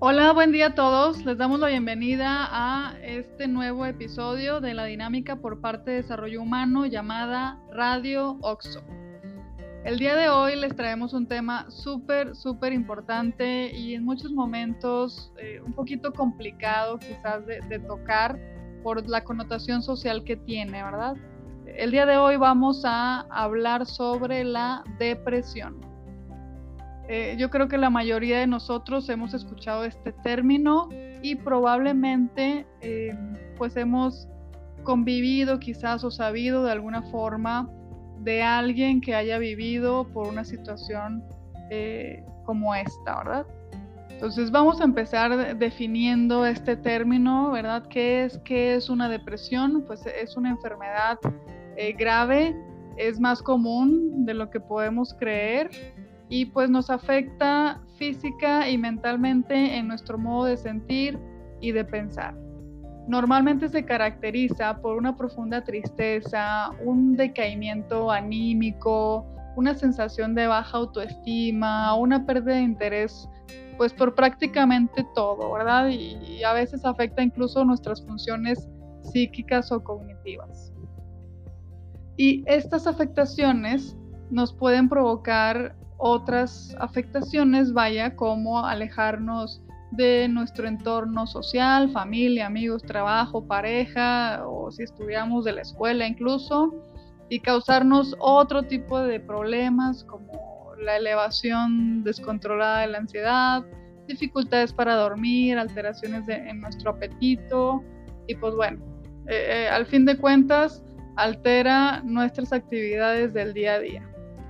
Hola, buen día a todos. Les damos la bienvenida a este nuevo episodio de la dinámica por parte de Desarrollo Humano llamada Radio OXXO. El día de hoy les traemos un tema súper importante y en muchos momentos un poquito complicado quizás de tocar por la connotación social que tiene, ¿verdad? El día de hoy vamos a hablar sobre la depresión. Yo creo que la mayoría de nosotros hemos escuchado este término y probablemente pues hemos convivido quizás o sabido de alguna forma de alguien que haya vivido por una situación como esta, ¿verdad? Entonces vamos a empezar definiendo este término, ¿verdad? ¿Qué es una depresión? Pues es una enfermedad grave, es más común de lo que podemos creer y pues nos afecta física y mentalmente en nuestro modo de sentir y de pensar. Normalmente se caracteriza por una profunda tristeza, un decaimiento anímico, una sensación de baja autoestima, una pérdida de interés pues por prácticamente todo, ¿verdad? Y a veces afecta incluso nuestras funciones psíquicas o cognitivas. Y estas afectaciones nos pueden provocar otras afectaciones, como alejarnos de nuestro entorno social, familia, amigos, trabajo, pareja, o si estudiamos de la escuela incluso, y causarnos otro tipo de problemas como la elevación descontrolada de la ansiedad, dificultades para dormir, alteraciones en nuestro apetito, y pues bueno, al fin de cuentas, altera nuestras actividades del día a día.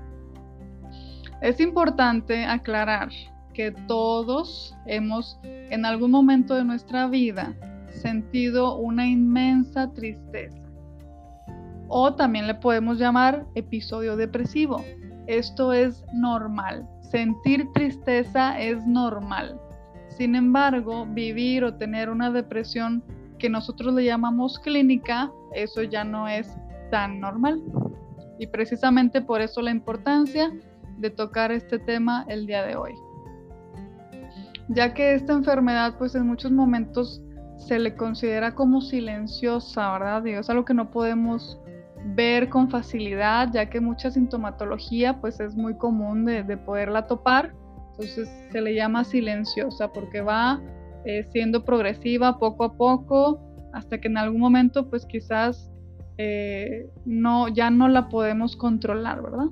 Es importante aclarar que todos hemos en algún momento de nuestra vida sentido una inmensa tristeza, o también le podemos llamar episodio depresivo. Esto es normal, sentir tristeza es normal. Sin embargo, vivir o tener una depresión que nosotros le llamamos clínica, eso ya no es tan normal. Y precisamente por eso la importancia de tocar este tema el día de hoy. Ya que esta enfermedad pues en muchos momentos se le considera como silenciosa, ¿verdad? Y es algo que no podemos ver con facilidad, ya que mucha sintomatología pues es muy común de poderla topar. Entonces se le llama silenciosa porque va siendo progresiva poco a poco hasta que en algún momento pues quizás ya no la podemos controlar, ¿verdad?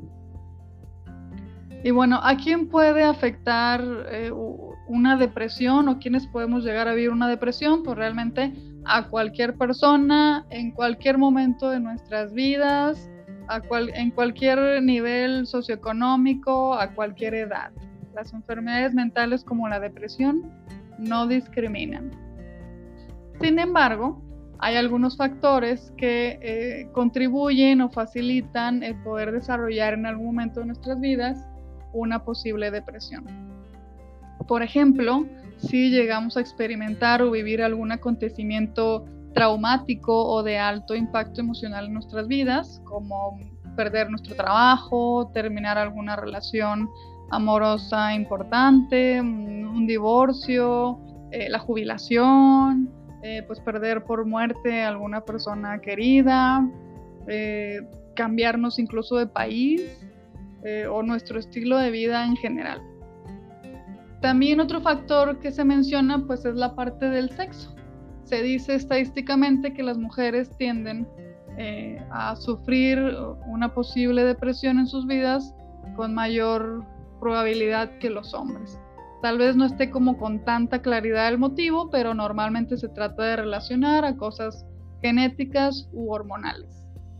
Y bueno, ¿a quién puede afectar una depresión o quiénes podemos llegar a vivir una depresión? Pues realmente a cualquier persona, en cualquier momento de nuestras vidas, en cualquier nivel socioeconómico, a cualquier edad. Las enfermedades mentales como la depresión no discriminan. Sin embargo, hay algunos factores que contribuyen o facilitan el poder desarrollar en algún momento de nuestras vidas una posible depresión. Por ejemplo, si llegamos a experimentar o vivir algún acontecimiento traumático o de alto impacto emocional en nuestras vidas, como perder nuestro trabajo, terminar alguna relación amorosa importante, un divorcio, la jubilación, pues perder por muerte a alguna persona querida, cambiarnos incluso de país, o nuestro estilo de vida en general. También otro factor que se menciona pues es la parte del sexo. Se dice estadísticamente que las mujeres tienden a sufrir una posible depresión en sus vidas con mayor probabilidad que los hombres. Tal vez no esté como con tanta claridad el motivo, pero normalmente se trata de relacionar a cosas genéticas u hormonales.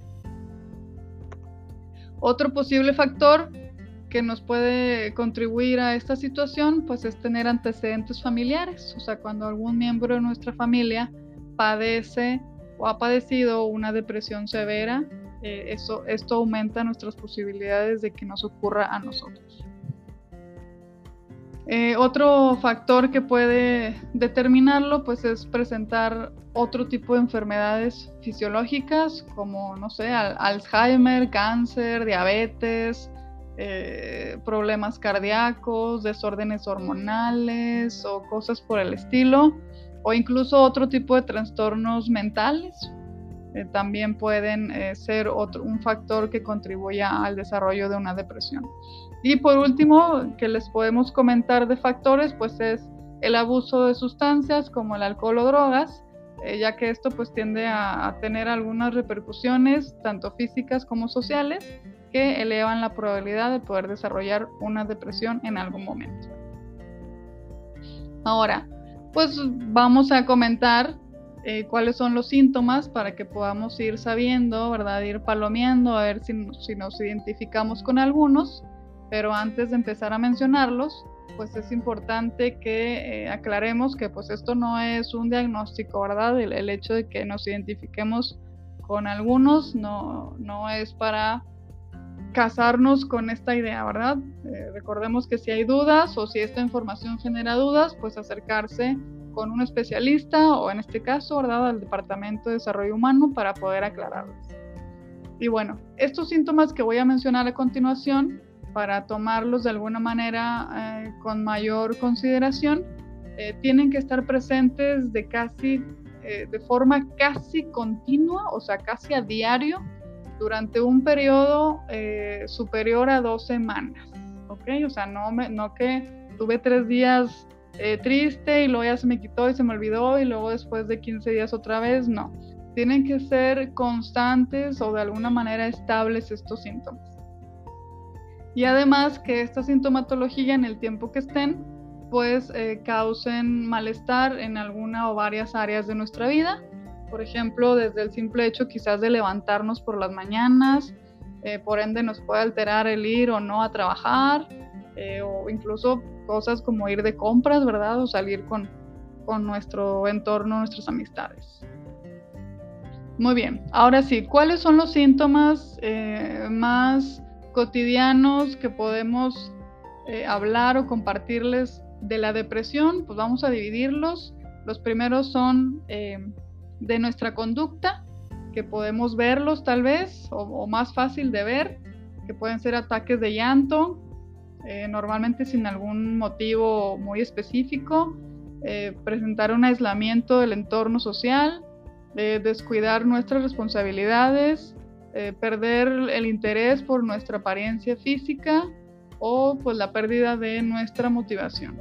Otro posible factor que nos puede contribuir a esta situación pues es tener antecedentes familiares, o sea, cuando algún miembro de nuestra familia padece o ha padecido una depresión severa, esto aumenta nuestras posibilidades de que nos ocurra a nosotros. Otro factor que puede determinarlo pues es presentar otro tipo de enfermedades fisiológicas como, no sé, Alzheimer, cáncer, diabetes, problemas cardíacos, desórdenes hormonales o cosas por el estilo, o incluso otro tipo de trastornos mentales. También pueden ser un factor que contribuya al desarrollo de una depresión. Y por último, que les podemos comentar de factores, pues es el abuso de sustancias como el alcohol o drogas, ya que esto pues tiende a tener algunas repercusiones, tanto físicas como sociales, que elevan la probabilidad de poder desarrollar una depresión en algún momento. Ahora, pues vamos a comentar cuáles son los síntomas para que podamos ir sabiendo, ¿verdad? Ir palomeando, a ver si nos identificamos con algunos, pero antes de empezar a mencionarlos, pues es importante que aclaremos que pues esto no es un diagnóstico, ¿verdad? El hecho de que nos identifiquemos con algunos no es para casarnos con esta idea, ¿verdad? Recordemos que si hay dudas o si esta información genera dudas, pues acercarse con un especialista o en este caso, ¿verdad?, al Departamento de Desarrollo Humano para poder aclararlas. Y bueno, estos síntomas que voy a mencionar a continuación, para tomarlos de alguna manera con mayor consideración, tienen que estar presentes de forma casi continua, o sea, casi a diario, durante un periodo superior a 2 semanas, ¿ok? O sea, no que tuve 3 días triste y luego ya se me quitó y se me olvidó y luego después de 15 días otra vez, no. Tienen que ser constantes o de alguna manera estables estos síntomas. Y además que esta sintomatología en el tiempo que estén, pues causen malestar en alguna o varias áreas de nuestra vida. Por ejemplo, desde el simple hecho quizás de levantarnos por las mañanas, por ende nos puede alterar el ir o no a trabajar, o incluso cosas como ir de compras, ¿verdad? O salir con nuestro entorno, nuestras amistades. Muy bien, ahora sí, ¿cuáles son los síntomas más cotidianos que podemos hablar o compartirles de la depresión? Pues vamos a dividirlos. Los primeros son de nuestra conducta, que podemos verlos tal vez, o más fácil de ver, que pueden ser ataques de llanto, normalmente sin algún motivo muy específico, presentar un aislamiento del entorno social, descuidar nuestras responsabilidades, perder el interés por nuestra apariencia física o pues la pérdida de nuestra motivación.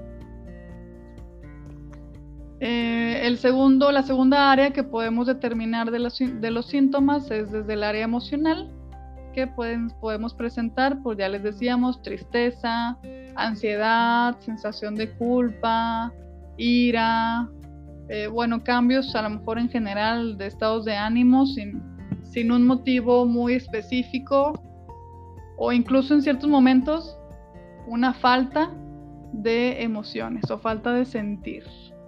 La segunda área que podemos determinar de los síntomas es desde el área emocional, que podemos presentar, pues ya les decíamos, tristeza, ansiedad, sensación de culpa, ira, cambios a lo mejor en general de estados de ánimo sin un motivo muy específico, o incluso en ciertos momentos una falta de emociones o falta de sentir.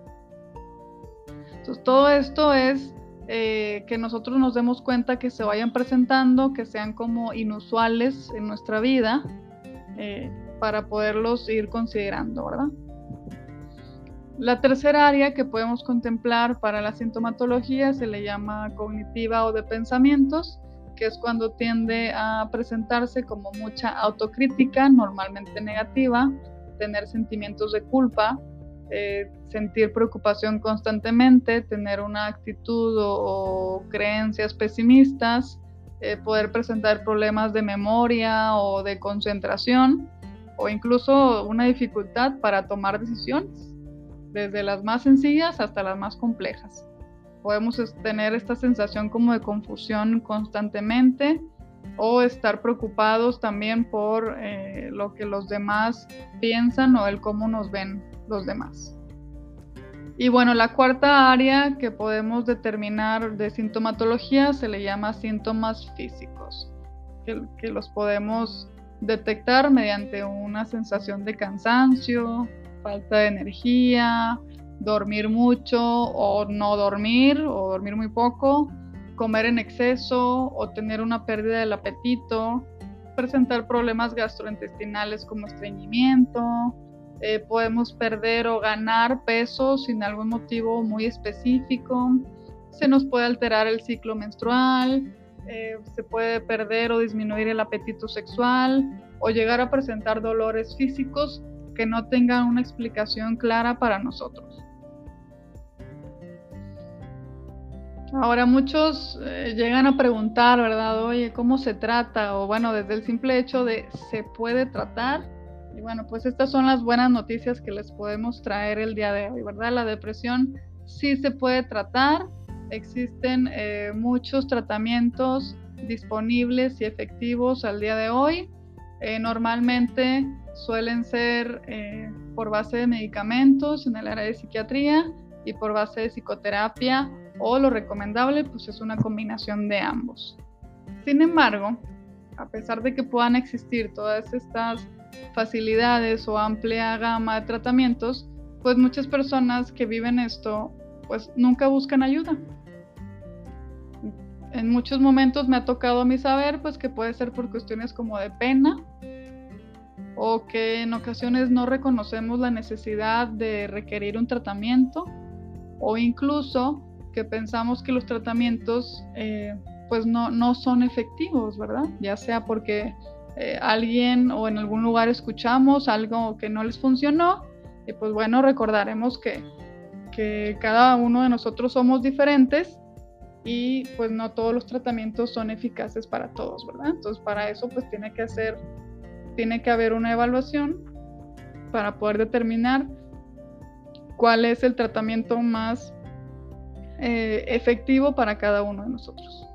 Entonces, todo esto es que nosotros nos demos cuenta que se vayan presentando, que sean como inusuales en nuestra vida, para poderlos ir considerando, ¿verdad? La tercera área que podemos contemplar para la sintomatología se le llama cognitiva o de pensamientos, que es cuando tiende a presentarse como mucha autocrítica, normalmente negativa, tener sentimientos de culpa, sentir preocupación constantemente, tener una actitud o creencias pesimistas, poder presentar problemas de memoria o de concentración, o incluso una dificultad para tomar decisiones, desde las más sencillas hasta las más complejas. Podemos tener esta sensación como de confusión constantemente, o estar preocupados también por lo que los demás piensan o el cómo nos ven los demás. Y bueno, la cuarta área que podemos determinar de sintomatología se le llama síntomas físicos, que los podemos detectar mediante una sensación de cansancio, falta de energía, dormir mucho o no dormir, o dormir muy poco, comer en exceso o tener una pérdida del apetito, presentar problemas gastrointestinales como estreñimiento, podemos perder o ganar peso sin algún motivo muy específico, se nos puede alterar el ciclo menstrual, se puede perder o disminuir el apetito sexual o llegar a presentar dolores físicos que no tengan una explicación clara para nosotros. Ahora muchos llegan a preguntar, ¿verdad? Oye, ¿cómo se trata? O bueno, desde el simple hecho de ¿se puede tratar? Y bueno, pues estas son las buenas noticias que les podemos traer el día de hoy, ¿verdad? La depresión sí se puede tratar. Existen muchos tratamientos disponibles y efectivos al día de hoy. Normalmente suelen ser por base de medicamentos en el área de psiquiatría y por base de psicoterapia, o lo recomendable pues es una combinación de ambos. Sin embargo, a pesar de que puedan existir todas estas facilidades o amplia gama de tratamientos, pues muchas personas que viven esto pues nunca buscan ayuda. En muchos momentos me ha tocado a mí saber pues que puede ser por cuestiones como de pena, o que en ocasiones no reconocemos la necesidad de requerir un tratamiento, o incluso que pensamos que los tratamientos pues no son efectivos, ¿verdad? Ya sea porque alguien o en algún lugar escuchamos algo que no les funcionó, y pues bueno, recordaremos que cada uno de nosotros somos diferentes y pues no todos los tratamientos son eficaces para todos, ¿verdad? Entonces para eso pues tiene que haber una evaluación para poder determinar cuál es el tratamiento más efectivo para cada uno de nosotros.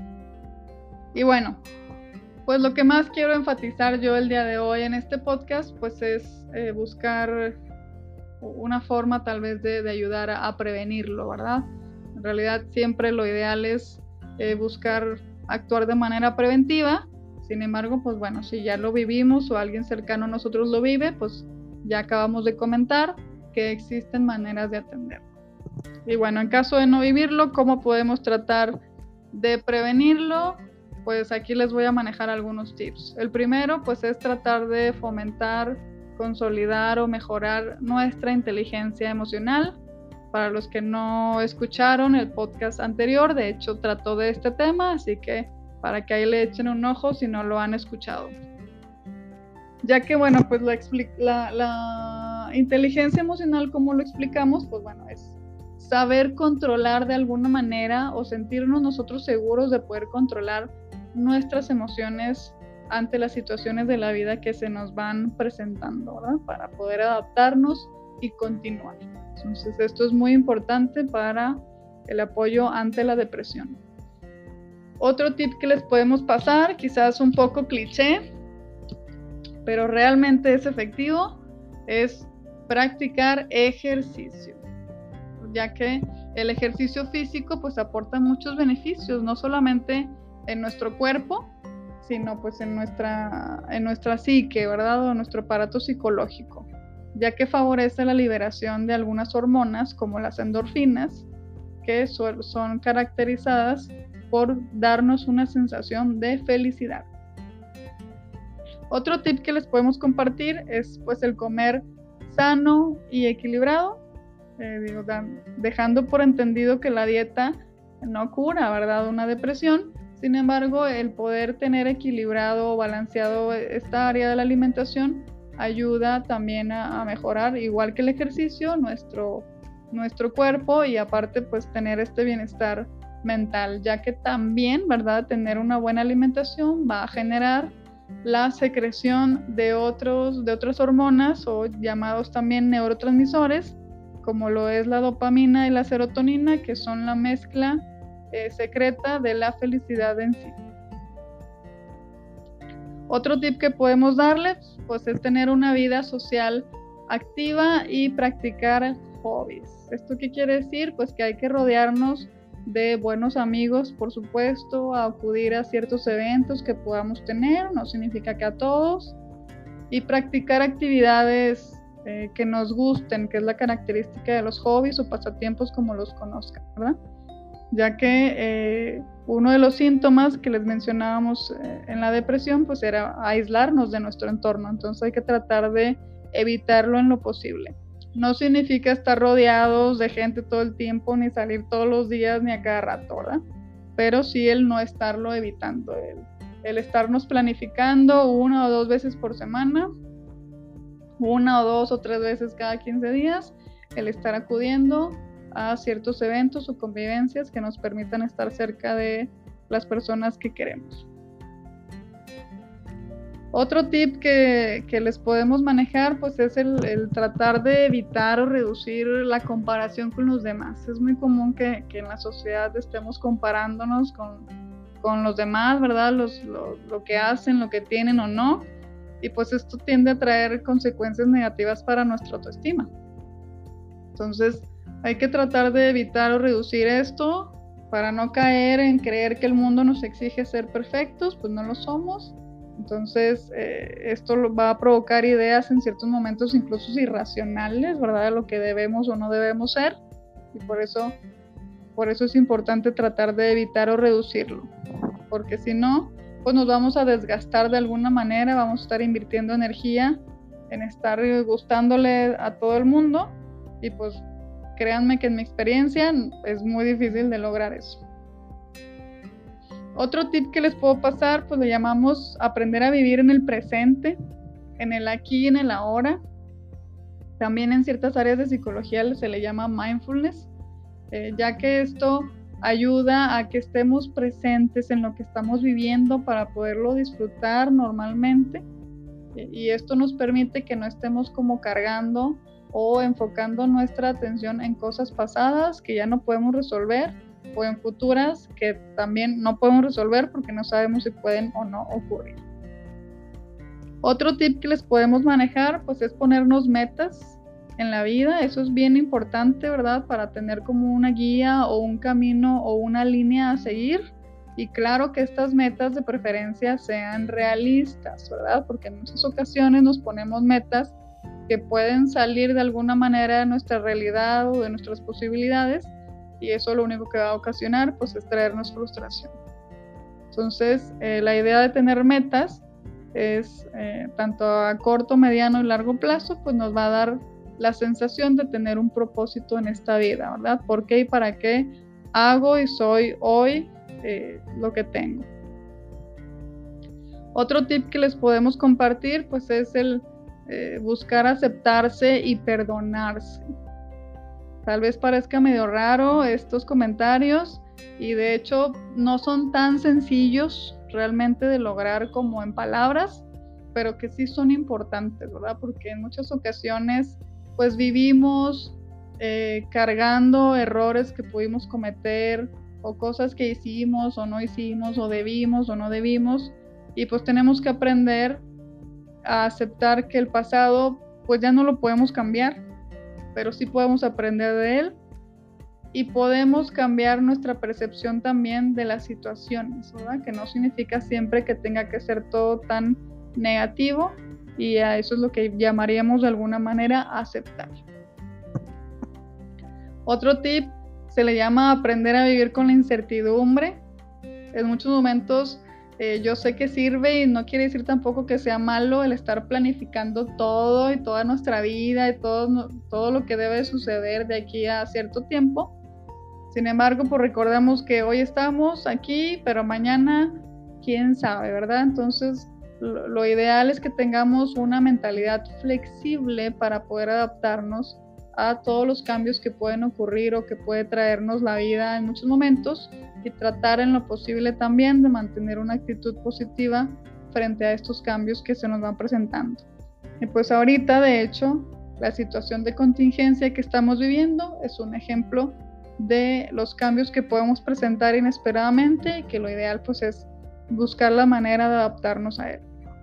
Y bueno, pues lo que más quiero enfatizar yo el día de hoy en este podcast pues es buscar una forma tal vez de ayudar a prevenirlo, ¿verdad? En realidad siempre lo ideal es buscar actuar de manera preventiva. Sin embargo, pues bueno, si ya lo vivimos o alguien cercano a nosotros lo vive, pues ya acabamos de comentar que existen maneras de atenderlo. Y bueno, en caso de no vivirlo, ¿cómo podemos tratar de prevenirlo? Pues aquí les voy a manejar algunos tips. El primero, pues es tratar de fomentar, consolidar o mejorar nuestra inteligencia emocional. Para los que no escucharon el podcast anterior, de hecho trató de este tema, así que para que ahí le echen un ojo si no lo han escuchado. Ya que bueno, pues la inteligencia emocional, como lo explicamos, pues bueno, es saber controlar de alguna manera o sentirnos nosotros seguros de poder controlar nuestras emociones ante las situaciones de la vida que se nos van presentando, ¿verdad? Para poder adaptarnos y continuar. Entonces esto es muy importante para el apoyo ante la depresión. Otro tip que les podemos pasar, quizás un poco cliché, pero realmente es efectivo, es practicar ejercicio, ya que el ejercicio físico pues aporta muchos beneficios, no solamente en nuestro cuerpo, sino pues en nuestra psique, ¿verdad? O en nuestro aparato psicológico, ya que favorece la liberación de algunas hormonas como las endorfinas, que son caracterizadas por darnos una sensación de felicidad. Otro tip que les podemos compartir es pues el comer sano y equilibrado, dejando por entendido que la dieta no cura, ¿verdad?, una depresión. Sin embargo, el poder tener equilibrado o balanceado esta área de la alimentación ayuda también a mejorar, igual que el ejercicio, nuestro cuerpo, y aparte pues tener este bienestar mental, ya que también, ¿verdad?, tener una buena alimentación va a generar la secreción de otras hormonas o llamados también neurotransmisores, como lo es la dopamina y la serotonina, que son la mezcla secreta de la felicidad en sí. Otro tip que podemos darles pues es tener una vida social activa y practicar hobbies. ¿Esto qué quiere decir? Pues que hay que rodearnos de buenos amigos, por supuesto, a acudir a ciertos eventos que podamos tener, no significa que a todos, y practicar actividades que nos gusten, que es la característica de los hobbies o pasatiempos como los conozcan, ¿verdad? Ya que uno de los síntomas que les mencionábamos en la depresión pues era aislarnos de nuestro entorno, entonces hay que tratar de evitarlo en lo posible. No significa estar rodeados de gente todo el tiempo, ni salir todos los días, ni a cada rato, ¿verdad? pero sí el no estarlo evitando, el estarnos planificando 1 o 2 veces por semana, 1 o 2 o 3 veces cada 15 días, el estar acudiendo a ciertos eventos o convivencias que nos permitan estar cerca de las personas que queremos. Otro tip que les podemos manejar pues es el tratar de evitar o reducir la comparación con los demás. Es muy común que en la sociedad estemos comparándonos con los demás, ¿verdad? Lo que hacen, lo que tienen o no, y pues esto tiende a traer consecuencias negativas para nuestra autoestima. Entonces hay que tratar de evitar o reducir esto para no caer en creer que el mundo nos exige ser perfectos, pues no lo somos. Entonces esto va a provocar ideas en ciertos momentos incluso irracionales, ¿verdad? De lo que debemos o no debemos ser, y por eso es importante tratar de evitar o reducirlo, porque si no, pues nos vamos a desgastar de alguna manera, vamos a estar invirtiendo energía en estar gustándole a todo el mundo, y pues créanme que en mi experiencia es muy difícil de lograr eso. Otro tip que les puedo pasar, pues le llamamos aprender a vivir en el presente, en el aquí y en el ahora. También en ciertas áreas de psicología se le llama mindfulness, ya que esto ayuda a que estemos presentes en lo que estamos viviendo para poderlo disfrutar normalmente, y esto nos permite que no estemos como cargando o enfocando nuestra atención en cosas pasadas que ya no podemos resolver, o en futuras que también no podemos resolver porque no sabemos si pueden o no ocurrir. Otro tip que les podemos manejar pues es ponernos metas en la vida. Eso es bien importante, ¿verdad? Para tener como una guía o un camino o una línea a seguir, y claro que estas metas de preferencia sean realistas, ¿verdad? Porque en muchas ocasiones nos ponemos metas que pueden salir de alguna manera de nuestra realidad o de nuestras posibilidades, y eso lo único que va a ocasionar pues es traernos frustración. Entonces la idea de tener metas es tanto a corto, mediano y largo plazo, pues nos va a dar la sensación de tener un propósito en esta vida, ¿verdad? ¿Por qué y para qué hago y soy hoy lo que tengo? Otro tip que les podemos compartir pues es el buscar aceptarse y perdonarse. Tal vez parezca medio raro estos comentarios, y de hecho no son tan sencillos realmente de lograr como en palabras, pero que sí son importantes, ¿verdad? Porque en muchas ocasiones pues vivimos cargando errores que pudimos cometer, o cosas que hicimos o no hicimos, o debimos o no debimos, y pues tenemos que aprender a aceptar que el pasado pues ya no lo podemos cambiar, pero sí podemos aprender de él, y podemos cambiar nuestra percepción también de las situaciones, ¿verdad? Que no significa siempre que tenga que ser todo tan negativo, y a eso es lo que llamaríamos de alguna manera aceptar. Otro tip se le llama aprender a vivir con la incertidumbre. En muchos momentos yo sé que sirve, y no quiere decir tampoco que sea malo el estar planificando todo y toda nuestra vida y todo lo que debe suceder de aquí a cierto tiempo. Sin embargo, pues recordemos que hoy estamos aquí, pero mañana quién sabe, ¿verdad? Entonces lo ideal es que tengamos una mentalidad flexible para poder adaptarnos a todos los cambios que pueden ocurrir o que puede traernos la vida en muchos momentos, y tratar en lo posible también de mantener una actitud positiva frente a estos cambios que se nos van presentando. Y pues ahorita, de hecho, la situación de contingencia que estamos viviendo es un ejemplo de los cambios que podemos presentar inesperadamente, y que lo ideal pues es buscar la manera de adaptarnos a él.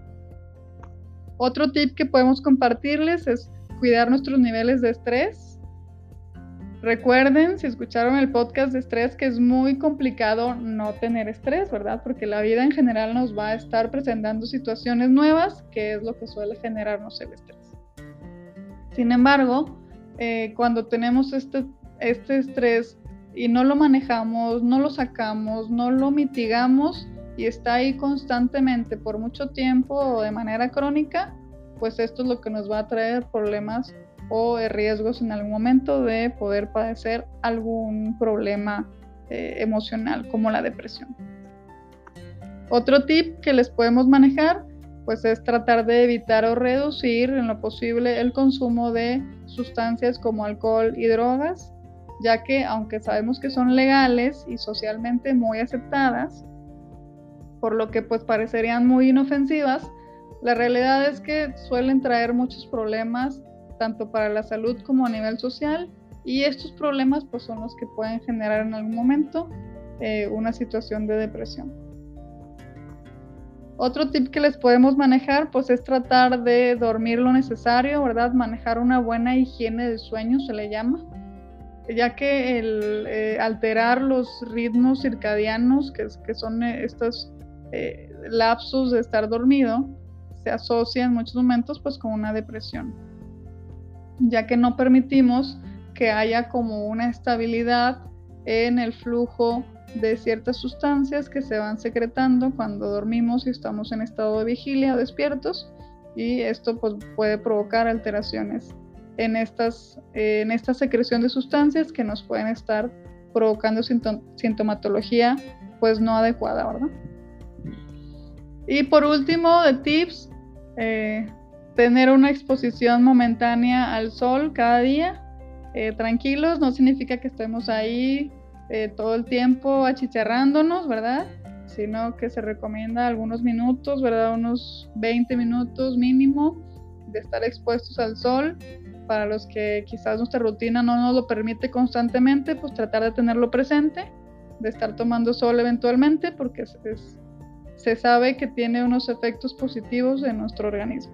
Otro tip que podemos compartirles es cuidar nuestros niveles de estrés. Recuerden, si escucharon el podcast de estrés, que es muy complicado no tener estrés, ¿verdad? Porque la vida en general nos va a estar presentando situaciones nuevas, que es lo que suele generarnos el estrés. Sin embargo, cuando tenemos este estrés y no lo manejamos, no lo sacamos, no lo mitigamos, y está ahí constantemente por mucho tiempo o de manera crónica, pues esto es lo que nos va a traer problemas o riesgos en algún momento de poder padecer algún problema emocional, como la depresión. Otro tip que les podemos manejar, pues es tratar de evitar o reducir en lo posible el consumo de sustancias como alcohol y drogas, ya que aunque sabemos que son legales y socialmente muy aceptadas, por lo que pues parecerían muy inofensivas, la realidad es que suelen traer muchos problemas tanto para la salud como a nivel social, y estos problemas pues son los que pueden generar en algún momento una situación de depresión. Otro tip que les podemos manejar pues es tratar de dormir lo necesario, ¿verdad? Manejar una buena higiene del sueño, se le llama, ya que el alterar los ritmos circadianos, que son estos lapsos de estar dormido, se asocia en muchos momentos pues con una depresión, ya que no permitimos que haya como una estabilidad en el flujo de ciertas sustancias que se van secretando cuando dormimos y estamos en estado de vigilia o despiertos, y esto pues puede provocar alteraciones en esta secreción de sustancias que nos pueden estar provocando sintomatología pues no adecuada, ¿verdad? Y por último, de tips, tener una exposición momentánea al sol cada día. Tranquilos, no significa que estemos ahí todo el tiempo achicharrándonos, ¿verdad? Sino que se recomienda algunos minutos, ¿verdad? Unos 20 minutos mínimo de estar expuestos al sol. Para los que quizás nuestra rutina no nos lo permite constantemente, pues tratar de tenerlo presente, de estar tomando sol eventualmente, porque se sabe que tiene unos efectos positivos en nuestro organismo.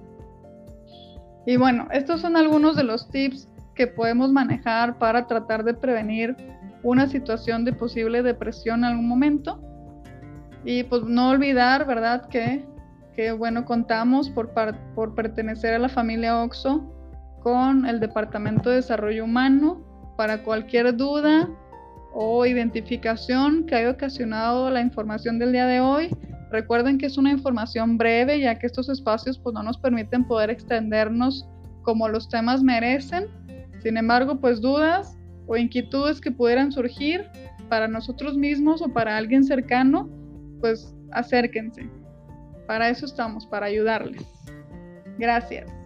Y bueno, estos son algunos de los tips que podemos manejar para tratar de prevenir una situación de posible depresión en algún momento. Y pues no olvidar, ¿verdad?, que bueno, contamos por pertenecer a la familia OXXO con el Departamento de Desarrollo Humano para cualquier duda o identificación que haya ocasionado la información del día de hoy. Recuerden que es una información breve, ya que estos espacios pues no nos permiten poder extendernos como los temas merecen. Sin embargo, pues dudas o inquietudes que pudieran surgir para nosotros mismos o para alguien cercano, pues acérquense. Para eso estamos, para ayudarles. Gracias.